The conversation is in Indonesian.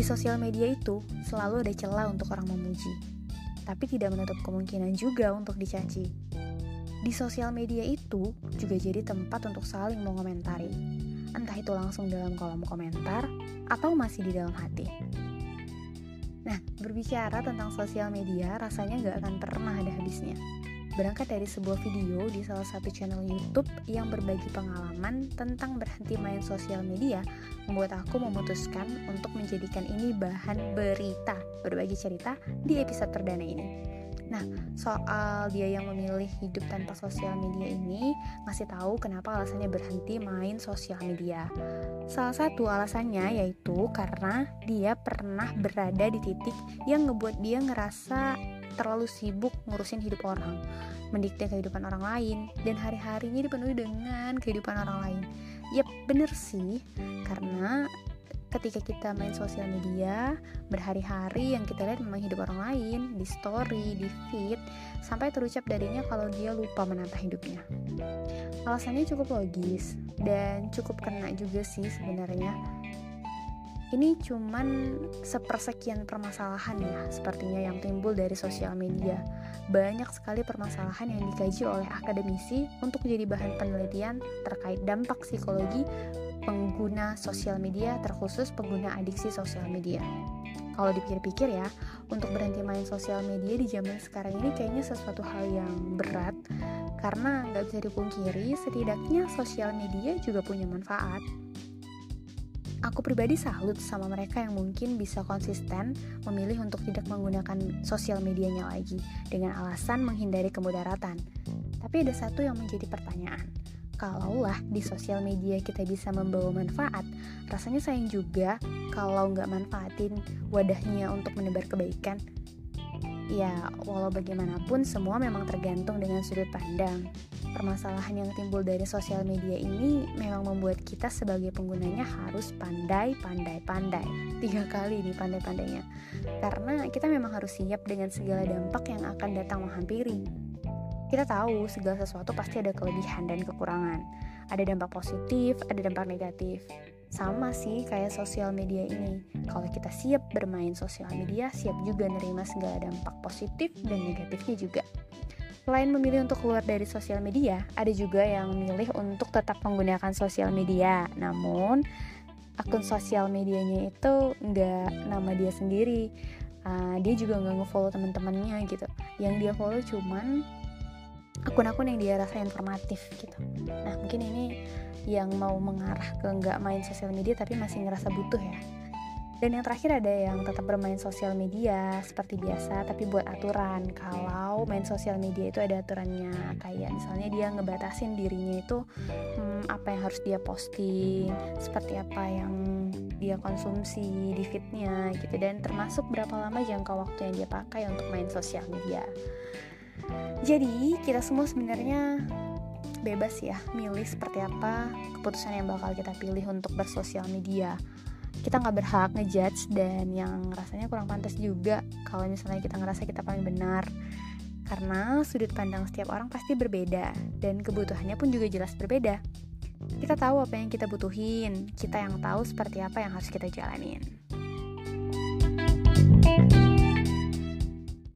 Di sosial media itu selalu ada celah untuk orang memuji, tapi tidak menutup kemungkinan juga untuk dicaci. Di sosial media itu juga jadi tempat untuk saling mengomentari, entah itu langsung dalam kolom komentar atau masih di dalam hati. Nah, berbicara tentang sosial media rasanya gak akan pernah ada habisnya. Berangkat dari sebuah video di salah satu channel YouTube yang berbagi pengalaman tentang berhenti main sosial media, membuat aku memutuskan untuk menjadikan ini bahan berita, berbagi cerita di episode perdana ini. Nah, soal dia yang memilih hidup tanpa sosial media ini ngasih tahu kenapa alasannya berhenti main sosial media. Salah satu alasannya yaitu karena dia pernah berada di titik yang ngebuat dia ngerasa terlalu sibuk ngurusin hidup orang, mendikte kehidupan orang lain, dan hari-harinya dipenuhi dengan kehidupan orang lain. Yap, bener sih, karena ketika kita main sosial media, berhari-hari yang kita lihat memang hidup orang lain, di story, di feed, sampai terucap darinya kalau dia lupa menata hidupnya. Alasannya cukup logis, dan cukup kena juga sih sebenarnya. Ini cuman sepersekian permasalahan ya sepertinya yang timbul dari sosial media. Banyak sekali permasalahan yang dikaji oleh akademisi untuk jadi bahan penelitian terkait dampak psikologi pengguna sosial media, terkhusus pengguna adiksi sosial media. Kalau dipikir-pikir ya, untuk berhenti main sosial media di zaman sekarang ini kayaknya sesuatu hal yang berat, karena nggak bisa dipungkiri setidaknya sosial media juga punya manfaat. Aku pribadi salut sama mereka yang mungkin bisa konsisten memilih untuk tidak menggunakan sosial medianya lagi dengan alasan menghindari kemudaratan. Tapi ada satu yang menjadi pertanyaan. Kalaulah di sosial media kita bisa membawa manfaat, rasanya sayang juga kalau nggak manfaatin wadahnya untuk menebar kebaikan. Ya, walau bagaimanapun semua memang tergantung dengan sudut pandang. Permasalahan yang timbul dari sosial media ini memang membuat kita sebagai penggunanya harus pandai. 3 kali nih pandai-pandainya. Karena kita memang harus siap dengan segala dampak yang akan datang menghampiri. Kita tahu segala sesuatu pasti ada kelebihan dan kekurangan. Ada dampak positif, ada dampak negatif. Sama sih kayak sosial media ini. Kalau kita siap bermain sosial media, siap juga nerima segala dampak positif dan negatifnya juga. Selain memilih untuk keluar dari sosial media, ada juga yang memilih untuk tetap menggunakan sosial media. Namun, akun sosial medianya itu nggak nama dia sendiri. Dia juga nggak nge-follow teman-temannya gitu. Yang dia follow cuman akun-akun yang dia rasa informatif gitu. Nah, mungkin ini yang mau mengarah ke nggak main sosial media tapi masih ngerasa butuh ya. Dan yang terakhir ada yang tetap bermain sosial media seperti biasa tapi buat aturan. Kalau main sosial media itu ada aturannya, kayak misalnya dia ngebatasin dirinya itu apa yang harus dia posting, seperti apa yang dia konsumsi di feednya gitu, dan termasuk berapa lama jangka waktu yang dia pakai untuk main sosial media. Jadi kita semua sebenarnya bebas ya milih seperti apa keputusan yang bakal kita pilih untuk bersosial media. Kita gak berhak ngejudge, dan yang rasanya kurang pantas juga kalau misalnya kita ngerasa kita paling benar, karena sudut pandang setiap orang pasti berbeda dan kebutuhannya pun juga jelas berbeda. Kita tahu apa yang kita butuhin, kita yang tahu seperti apa yang harus kita jalanin.